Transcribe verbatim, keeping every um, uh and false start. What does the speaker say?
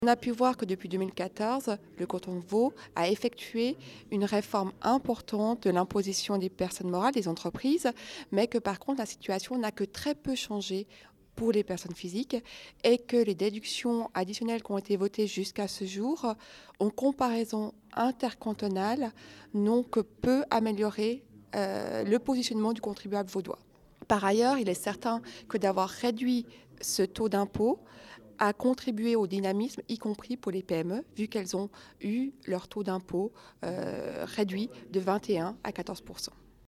On a pu voir que depuis deux mille quatorze, le canton de Vaud a effectué une réforme importante de l'imposition des personnes morales, des entreprises, mais que par contre la situation n'a que très peu changé pour les personnes physiques et que les déductions additionnelles qui ont été votées jusqu'à ce jour, en comparaison intercantonale, n'ont que peu amélioré euh, le positionnement du contribuable vaudois. Par ailleurs, il est certain que d'avoir réduit ce taux d'impôt a contribué au dynamisme, y compris pour les P M E, vu qu'elles ont eu leur taux d'impôt euh, réduit de vingt et un à quatorze pour cent.